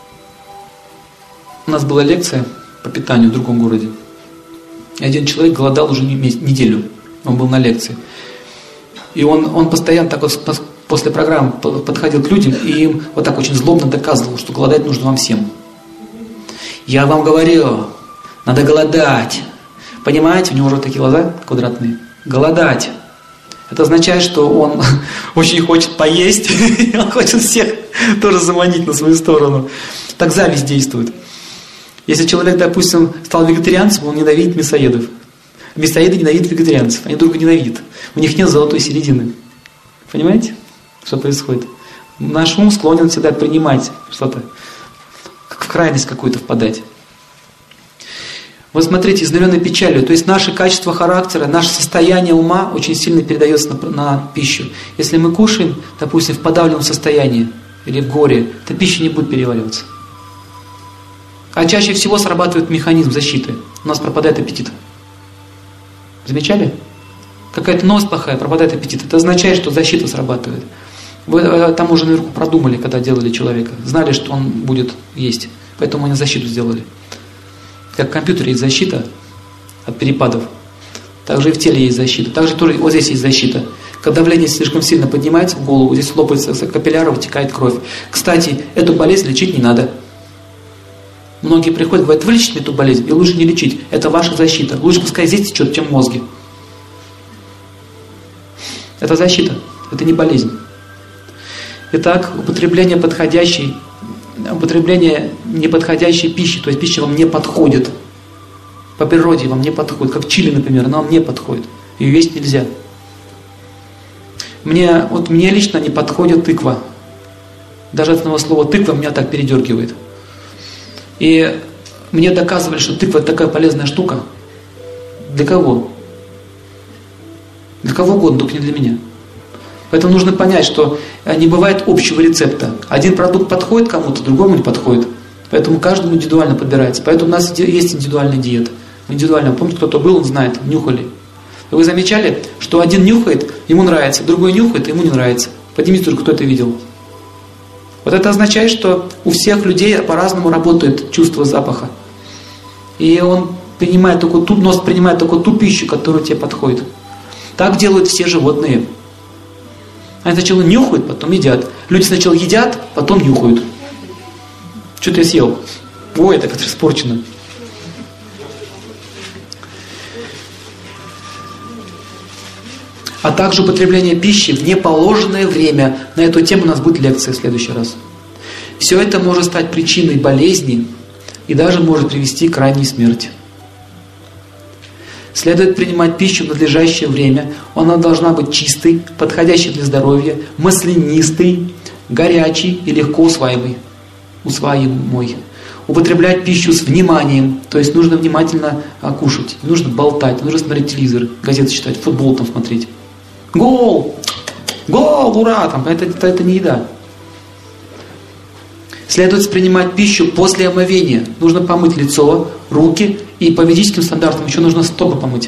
У нас была лекция по питанию в другом городе. И один человек голодал уже неделю. Он был на лекции. И он, он постоянно так вот после программы подходил к людям и им вот так очень злобно доказывал, что голодать нужно вам всем. Я вам говорю, надо голодать. Понимаете, у него уже такие глаза квадратные. Голодать. Это означает, что он очень хочет поесть, и он хочет всех тоже заманить на свою сторону. Так зависть действует. Если человек, допустим, стал вегетарианцем, он ненавидит мясоедов. Мясоеды ненавидят вегетарианцев. Они друг друга ненавидят. У них нет золотой середины. Понимаете, что происходит? Наш ум склонен всегда принимать что-то, в крайность какую-то впадать. Вот смотрите, изнуренной печалью, то есть наше качество характера, наше состояние ума очень сильно передается на, на пищу. Если мы кушаем, допустим, в подавленном состоянии или в горе, то пища не будет перевариваться. А чаще всего срабатывает механизм защиты. У нас пропадает аппетит. Замечали? Какая-то новость плохая, пропадает аппетит. Это означает, что защита срабатывает. Вы там уже наверху продумали, когда делали человека. Знали, что он будет есть. Поэтому они защиту сделали. Как в компьютере есть защита от перепадов, также и в теле есть защита. Также тоже вот здесь есть защита. Когда давление слишком сильно поднимается в голову, здесь лопается капилляры, вытекает кровь. Кстати, эту болезнь лечить не надо. Многие приходят, говорят, вылечить мне эту болезнь, и лучше не лечить. Это ваша защита. Лучше пускай здесь течет, чем в мозге. Это защита, это не болезнь. Итак, употребление подходящей употребление неподходящей пищи, то есть пища вам не подходит. По природе вам не подходит. Как чили, например, она вам не подходит. Ее есть нельзя. Мне, вот мне лично не подходит тыква. Даже от одного слова тыква меня так передергивает. И мне доказывали, что тыква это такая полезная штука. Для кого? Для кого угодно, только не для меня. Поэтому нужно понять, что не бывает общего рецепта. Один продукт подходит кому-то, другому не подходит. Поэтому каждому индивидуально подбирается. Поэтому у нас есть индивидуальная диета. Индивидуально. Помните, кто-то был, он знает, нюхали. Вы замечали, что один нюхает, ему нравится, другой нюхает, ему не нравится. Поднимите руку, кто это видел. Вот это означает, что у всех людей по-разному работает чувство запаха. И он принимает только ту, нос принимает только ту пищу, которая тебе подходит. Так делают все животные. Они сначала нюхают, потом едят. Люди сначала едят, потом нюхают. Что-то я съел. Ой, это как-то испорчено. А также употребление пищи в неположенное время. На эту тему у нас будет лекция в следующий раз. Все это может стать причиной болезни и даже может привести к ранней смерти. Следует принимать пищу в надлежащее время. Она должна быть чистой, подходящей для здоровья, маслянистой, горячей и легко усваиваемой. усваиваемой. Употреблять пищу с вниманием, то есть нужно внимательно кушать, не нужно болтать, не нужно смотреть телевизор, газеты читать, футбол там смотреть. Гол! Гол! Ура! Там, это, это, это не еда. Следует принимать пищу после омовения. Нужно помыть лицо, руки, и по ведическим стандартам еще нужно стопы помыть.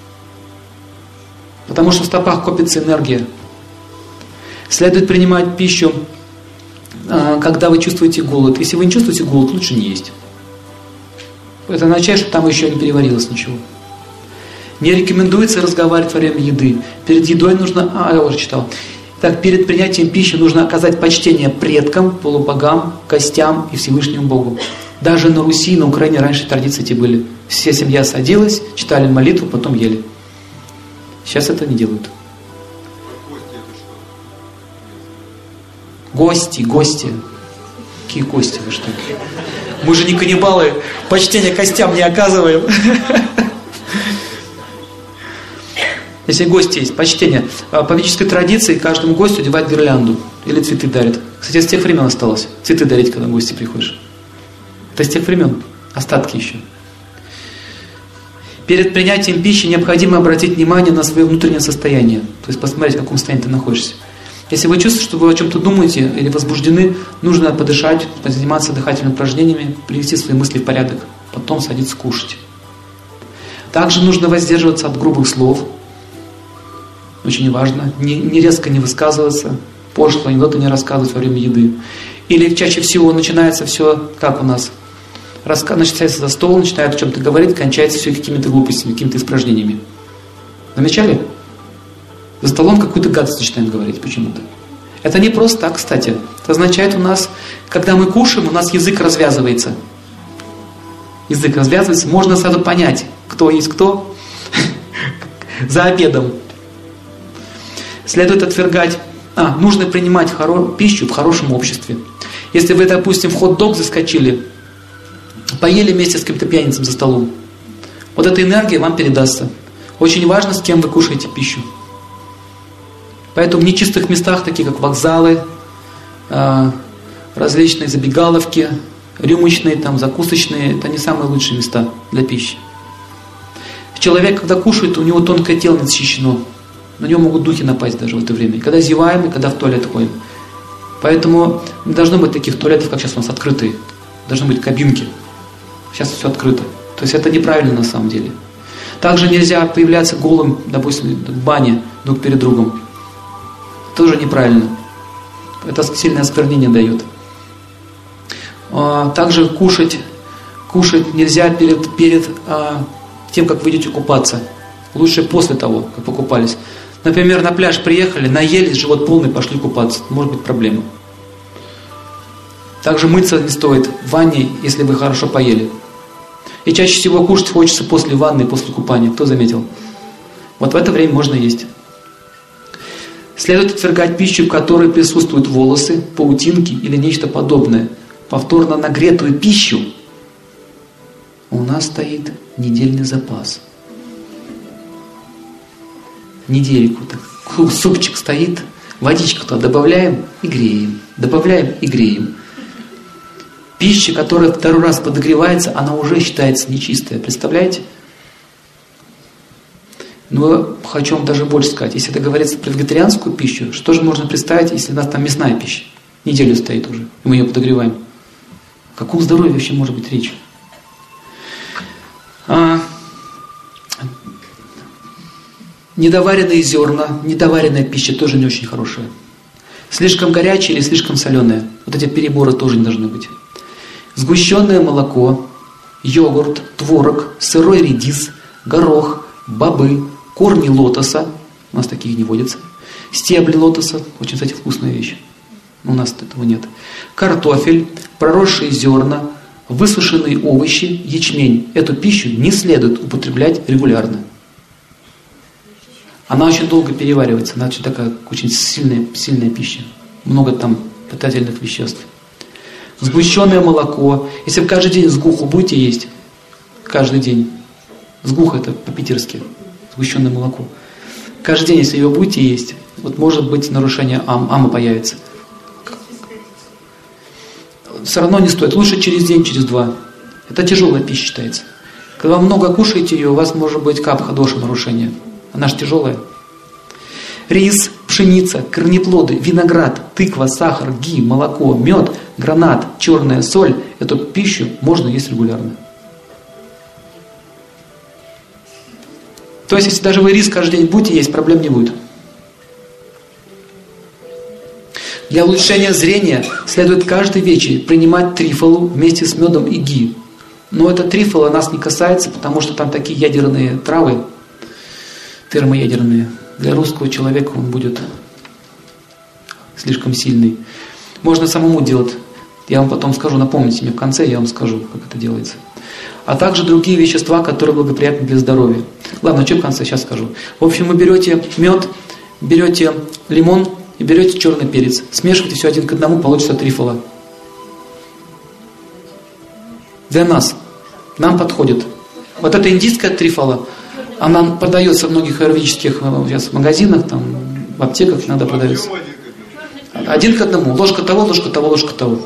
Потому что в стопах копится энергия. Следует принимать пищу, когда вы чувствуете голод. Если вы не чувствуете голод, лучше не есть. Это означает, что там еще не переварилось ничего. Не рекомендуется разговаривать во время еды. Перед едой нужно... А, я уже читал. Так, перед принятием пищи нужно оказать почтение предкам, полубогам, гостям и Всевышнему Богу. Даже на Руси, на Украине раньше традиции эти были. Вся семья садилась, читали молитву, потом ели. Сейчас это не делают. Гости, гости. Какие гости вы что? Мы же не каннибалы, почтение костям не оказываем. Если гости есть, почтение. По ведической традиции каждому гостю одевают гирлянду или цветы дарят. Кстати, с тех времен осталось. Цветы дарить, когда в гости приходишь. Это с тех времен. Остатки еще. Перед принятием пищи необходимо обратить внимание на свое внутреннее состояние. То есть посмотреть, в каком состоянии ты находишься. Если вы чувствуете, что вы о чем-то думаете или возбуждены, нужно подышать, заниматься дыхательными упражнениями, привести свои мысли в порядок, потом садиться кушать. Также нужно воздерживаться от грубых слов. Очень важно. Не, не резко не высказываться, пошлые анекдоты не рассказывать во время еды. Или чаще всего начинается все, как у нас, Раска... начинается за стол, начинает о чем-то говорить, кончается все какими-то глупостями, какими-то испражнениями. Замечали? За столом какую-то гадость начинаем говорить почему-то. Это не просто так, кстати. Это означает у нас, когда мы кушаем, у нас язык развязывается. Язык развязывается, можно сразу понять, кто есть кто за обедом. Следует отвергать, а, нужно принимать хоро... пищу в хорошем обществе. Если вы, допустим, в хот-дог заскочили, поели вместе с каким-то пьяницем за столом, вот эта энергия вам передастся. Очень важно, с кем вы кушаете пищу. Поэтому в нечистых местах, такие как вокзалы, э, различные забегаловки, рюмочные, там, закусочные, это не самые лучшие места для пищи. Человек, когда кушает, у него тонкое тело не защищено. На него могут духи напасть даже в это время. И когда зеваем, и когда в туалет ходим. Поэтому не должно быть таких туалетов, как сейчас у нас открытые. Должны быть кабинки. Сейчас все открыто. То есть это неправильно на самом деле. Также нельзя появляться голым, допустим, в бане друг перед другом. Тоже неправильно. Это сильное осквернение дает. Также кушать, кушать нельзя перед, перед тем, как вы идете купаться. Лучше после того, как покупались. Например, на пляж приехали, наелись, живот полный, пошли купаться. Может быть проблема. Также мыться не стоит в ванне, если вы хорошо поели. И чаще всего кушать хочется после ванны, после купания. Кто заметил? Вот в это время можно есть. Следует отвергать пищу, в которой присутствуют волосы, паутинки или нечто подобное. Повторно нагретую пищу у нас стоит недельный запас. Недельку так. Супчик стоит, водичку туда добавляем и греем. Добавляем и греем. Пища, которая второй раз подогревается, она уже считается нечистая. Представляете? Но хочу вам даже больше сказать. Если это говорится про вегетарианскую пищу, что же можно представить, если у нас там мясная пища? Неделю стоит уже, и мы ее подогреваем. О каком здоровье вообще может быть речь? Недоваренные зерна, недоваренная пища тоже не очень хорошая. Слишком горячая или слишком соленая. Вот эти переборы тоже не должны быть. Сгущенное молоко, йогурт, творог, сырой редис, горох, бобы, корни лотоса. У нас таких не водится. Стебли лотоса. Очень, кстати, вкусная вещь. У нас этого нет. Картофель, проросшие зерна, высушенные овощи, ячмень. Эту пищу не следует употреблять регулярно. Она очень долго переваривается, она очень такая, очень сильная, сильная пища. Много там питательных веществ. Сгущенное молоко. Если вы каждый день сгуху будете есть, каждый день, сгуха это по-питерски, сгущенное молоко. Каждый день, если его будете есть, вот может быть нарушение ам, ама появится. Все равно не стоит. Лучше через день, через два. Это тяжелая пища считается. Когда вы много кушаете ее, у вас может быть капха, доша, нарушение. Она же тяжелая. Рис, пшеница, корнеплоды, виноград, тыква, сахар, ги, молоко, мед, гранат, черная соль. Эту пищу можно есть регулярно. То есть, если даже вы рис каждый день будете есть, проблем не будет. Для улучшения зрения следует каждый вечер принимать трифолу вместе с медом и ги. Но эта трифола нас не касается, потому что там такие ядерные травы, термоядерные. Для русского человека он будет слишком сильный. Можно самому делать. Я вам потом скажу, напомните мне в конце, я вам скажу, как это делается. А также другие вещества, которые благоприятны для здоровья. Ладно, что в конце, сейчас скажу. В общем, вы берете мед, берете лимон и берете черный перец. Смешиваете все один к одному, получится трифола. Для нас. Нам подходит. Вот эта индийская трифола, она продается в многих аюрведических сейчас магазинах, там, в аптеках иногда продается. Один к одному. Ложка того, ложка того, ложка того.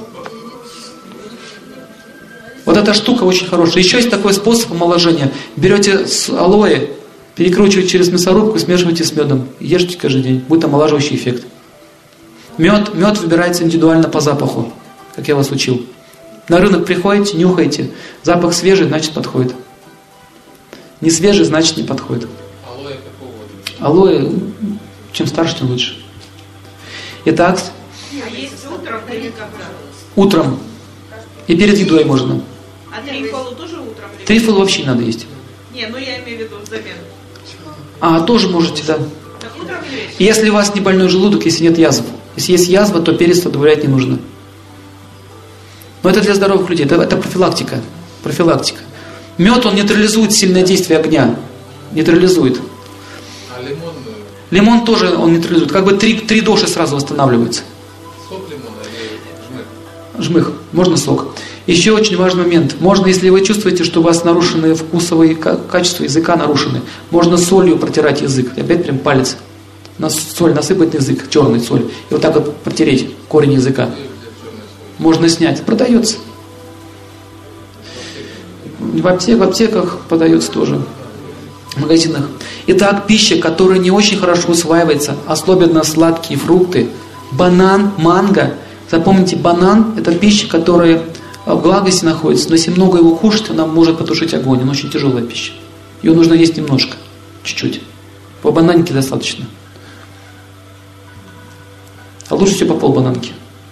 Вот эта штука очень хорошая. Еще есть такой способ омоложения. Берете алоэ, перекручиваете через мясорубку, смешиваете с медом. Ешьте каждый день. Будет омолаживающий эффект. Мед, мед выбирается индивидуально по запаху, как я вас учил. На рынок приходите, нюхаете. Запах свежий, значит подходит. Не свежий, значит не подходит. Алоэ какого? Алоэ, чем старше, тем лучше. Итак. А есть утром или когда? Утром. И перед едой можно. А трифолу тоже утром? Трифолу вообще не надо есть. Не, ну я имею в виду взамен. А, тоже можете, да. Так утром или вечером? Если у вас не больной желудок, если нет язв. Если есть язва, то перец добавлять не нужно. Но это для здоровых людей. Это, это профилактика. Профилактика. Мед, он нейтрализует сильное действие огня. Нейтрализует. А лимон? Лимон тоже он нейтрализует. Как бы три, три доши сразу восстанавливаются. Сок лимона или жмых? Жмых. Можно сок. Еще очень важный момент. Можно, если вы чувствуете, что у вас нарушены вкусовые качества языка, нарушены, можно солью протирать язык. Опять прям палец. На соль насыпать на язык, черный соль. И вот так вот протереть корень языка. Можно снять. Продается. В, аптек, в аптеках подается тоже. В магазинах. Итак, пища, которая не очень хорошо усваивается, особенно сладкие фрукты, банан, манго. Запомните, банан – это пища, которая в благости находится, но если много его кушать, она может потушить огонь. Она очень тяжелая пища. Ее нужно есть немножко, чуть-чуть. По бананке достаточно. А лучше всего по полбананки.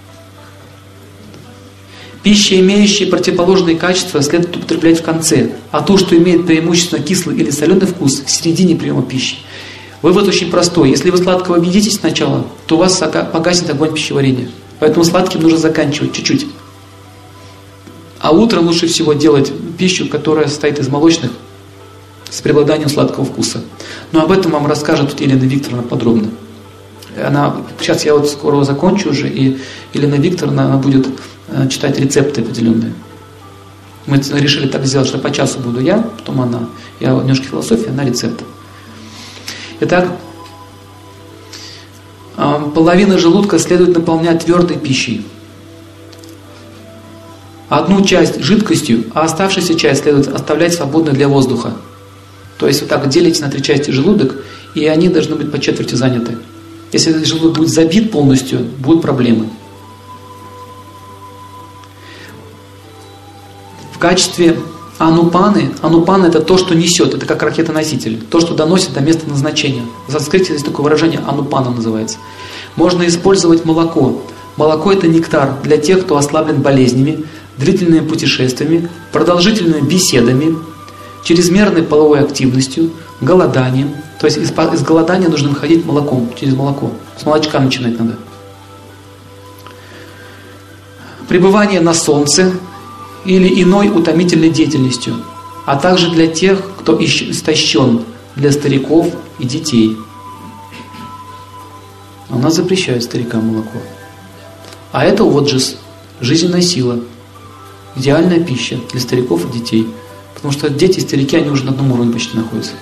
Пища, имеющая противоположные качества, следует употреблять в конце, а то, что имеет преимущественно кислый или соленый вкус, в середине приема пищи. Вывод очень простой. Если вы сладкого едите сначала, то у вас погаснет огонь пищеварения. Поэтому сладким нужно заканчивать чуть-чуть. А утром лучше всего делать пищу, которая состоит из молочных, с преобладанием сладкого вкуса. Но об этом вам расскажет тут Елена Викторовна подробно. Она, сейчас я вот скоро закончу уже, и Елена Викторовна она будет читать рецепты определенные. Мы решили так сделать, что по часу буду я, потом она. Я немножко философия, она рецепт. Итак, половина желудка следует наполнять твердой пищей. Одну часть жидкостью, а оставшуюся часть следует оставлять свободной для воздуха. То есть вот так делите на три части желудок, и они должны быть по четверти заняты. Если желудок будет забит полностью, будут проблемы. В качестве Анупаны, анупаны это то, что несет, это как ракетоноситель, то, что доносит до места назначения. В санскрите есть такое выражение, анупана называется. Можно использовать молоко. Молоко это нектар для тех, кто ослаблен болезнями, длительными путешествиями, продолжительными беседами, чрезмерной половой активностью, голоданием. То есть из, из голодания нужно выходить молоком, через молоко. С молочка начинать надо. Пребывание на солнце или иной утомительной деятельностью, а также для тех, кто истощен, для стариков и детей. У нас запрещают старикам молоко. А это отжиз, жизненная сила, идеальная пища для стариков и детей. Потому что дети и старики, они уже на одном уровне почти находятся.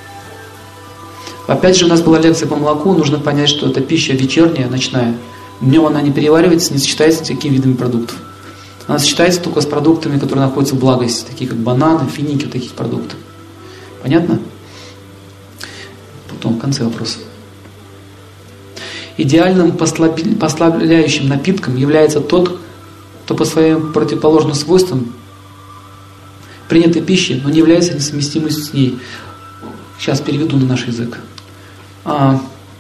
Опять же, у нас была лекция по молоку, нужно понять, что это пища вечерняя, ночная. Днем она не переваривается, не сочетается с такими видами продуктов. Она сочетается только с продуктами, которые находятся в благости, такие как бананы, финики, таких продуктов. Понятно? Потом, в конце вопроса. Идеальным послабляющим напитком является тот, кто по своим противоположным свойствам принятой пищи, но не является несовместимой с ней. Сейчас переведу на наш язык. А,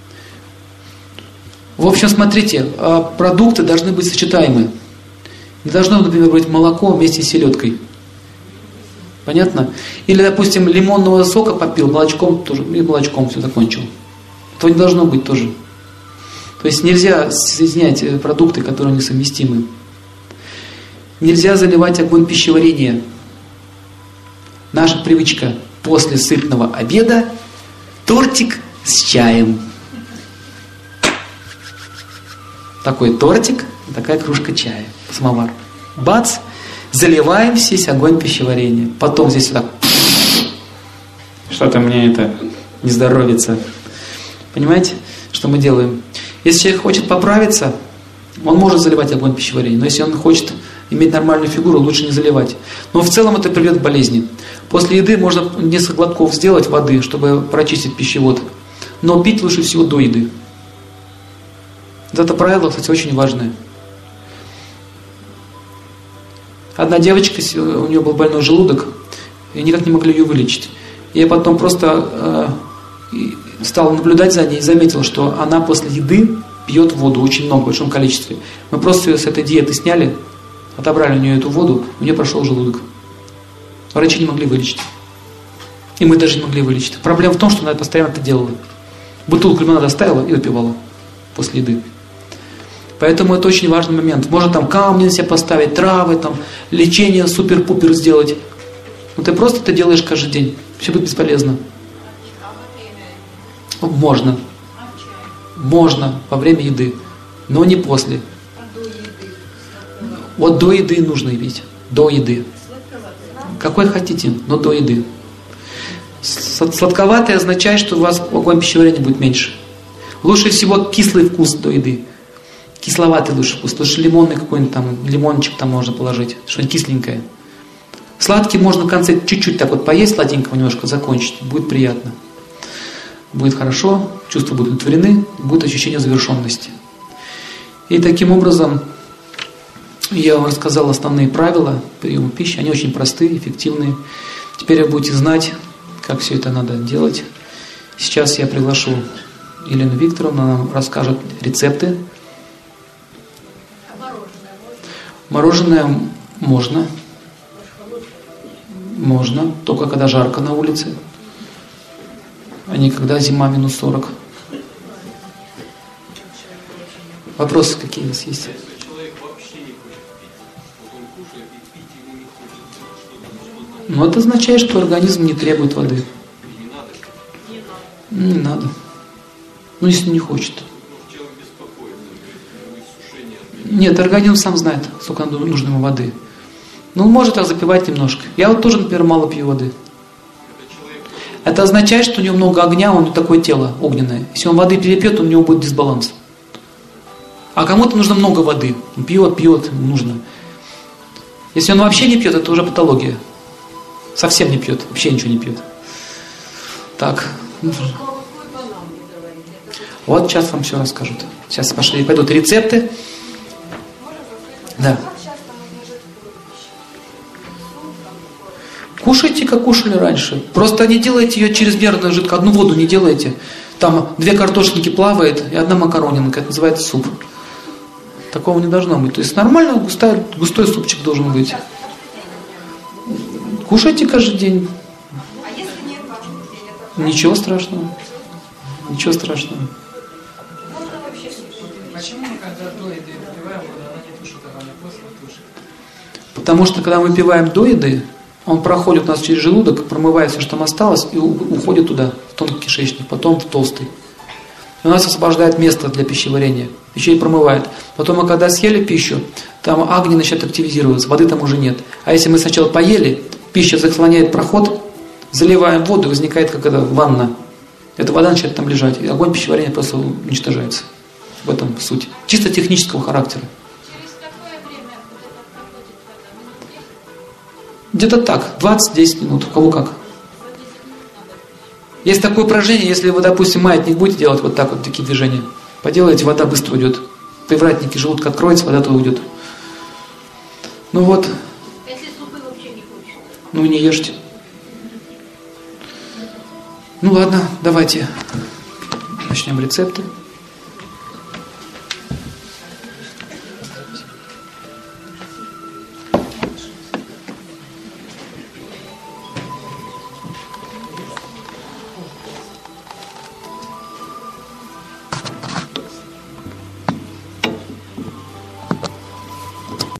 в общем, смотрите, продукты должны быть сочетаемы. Не должно, например, быть молоко вместе с селедкой. Понятно? Или, допустим, лимонного сока попил, молочком тоже, и молочком все закончил. Этого не должно быть тоже. То есть нельзя соединять продукты, которые несовместимы. Нельзя заливать огонь пищеварения. Наша привычка после сытного обеда тортик с чаем. Такой тортик, такая кружка чая, самовар. Бац, заливаем здесь огонь пищеварения. Потом здесь вот так. Что-то мне это не здоровится. Понимаете, что мы делаем? Если человек хочет поправиться, он может заливать огонь пищеварения. Но если он хочет иметь нормальную фигуру, лучше не заливать. Но в целом это приведет к болезни. После еды можно несколько глотков сделать воды, чтобы прочистить пищевод. Но пить лучше всего до еды. Это правило, кстати, очень важное. Одна девочка, у нее был больной желудок, и никак не могли ее вылечить. Я потом просто э, стал наблюдать за ней и заметил, что она после еды пьет воду очень много, в большом количестве. Мы просто ее с этой диеты сняли, отобрали у нее эту воду, у нее прошел желудок. Врачи не могли вылечить. И мы даже не могли вылечить. Проблема в том, что она постоянно это делала. Бутылку лимонада оставила и выпивала после еды. Поэтому это очень важный момент. Можно там камни на себя поставить, травы, там, лечение супер-пупер сделать. Но ты просто это делаешь каждый день. Все будет бесполезно. Можно. Можно во время еды, но не после. Вот до еды нужно пить. До еды. Какой хотите, но до еды. Сладковатый означает, что у вас огонь пищеварения будет меньше. Лучше всего кислый вкус до еды. Кисловатый лучше вкус. Лучше лимонный какой-нибудь там, лимончик там можно положить. Что-нибудь кисленькое. Сладкий можно в конце чуть-чуть так вот поесть, сладенького немножко закончить. Будет приятно. Будет хорошо, чувства будут удовлетворены, будет ощущение завершенности. И таким образом я вам рассказал основные правила приема пищи. Они очень простые, эффективные. Теперь вы будете знать, как все это надо делать. Сейчас я приглашу Елену Викторовну, она нам расскажет рецепты. Мороженое можно. Можно, только когда жарко на улице, а не когда зима минус сорок. Вопросы какие у вас есть? Ну, это означает, что организм не требует воды. Не надо. Ну, если не хочет. Нет, организм сам знает, сколько нужно ему воды. Ну, он может так запивать немножко. Я вот тоже, например, мало пью воды. Это означает, что у него много огня, у него такое тело огненное. Если он воды перепьет, у него будет дисбаланс. А кому-то нужно много воды. Он пьет, пьет, ему нужно. Если он вообще не пьет, это уже патология. Совсем не пьет, вообще ничего не пьет. Так. Вот сейчас вам все расскажут. Сейчас пошли, пойдут рецепты. Да. Кушайте, как кушали раньше. Просто не делайте ее чрезмерно жидко. Одну воду не делайте. Там две картошинки плавает и одна макаронинка. Это называется суп. Такого не должно быть. То есть нормально густой, густой супчик должен быть. Кушайте каждый день. А если нет каждый день? Это Ничего страшного. Ничего страшного. можно вообще все. Почему мы когда до еды выпиваем воду, она не тушит, а она после тушит? Потому что когда мы выпиваем до еды, он проходит у нас через желудок, промывает все, что там осталось, и уходит туда, в тонкий кишечник, потом в толстый. И у нас освобождает место для пищеварения. Еще и промывает. Потом мы когда съели пищу, там агни начинает активизироваться, воды там уже нет. А если мы сначала поели, пища заслоняет проход, заливаем воду, возникает как это ванна. Эта вода начинает там лежать, и огонь пищеварения просто уничтожается. В этом суть. Чисто технического характера. Через какое время вот это проходит вода? Минут десять? Где-то так, двадцать-десять минут, у кого как. Есть такое упражнение, если вы, допустим, маятник будете делать вот так вот, такие движения, поделаете, вода быстро уйдет. Привратники желудка откроется, вода туда уйдет. Ну вот, Если супы вообще не хочется. ну не ешьте. Ну ладно, давайте начнем рецепты.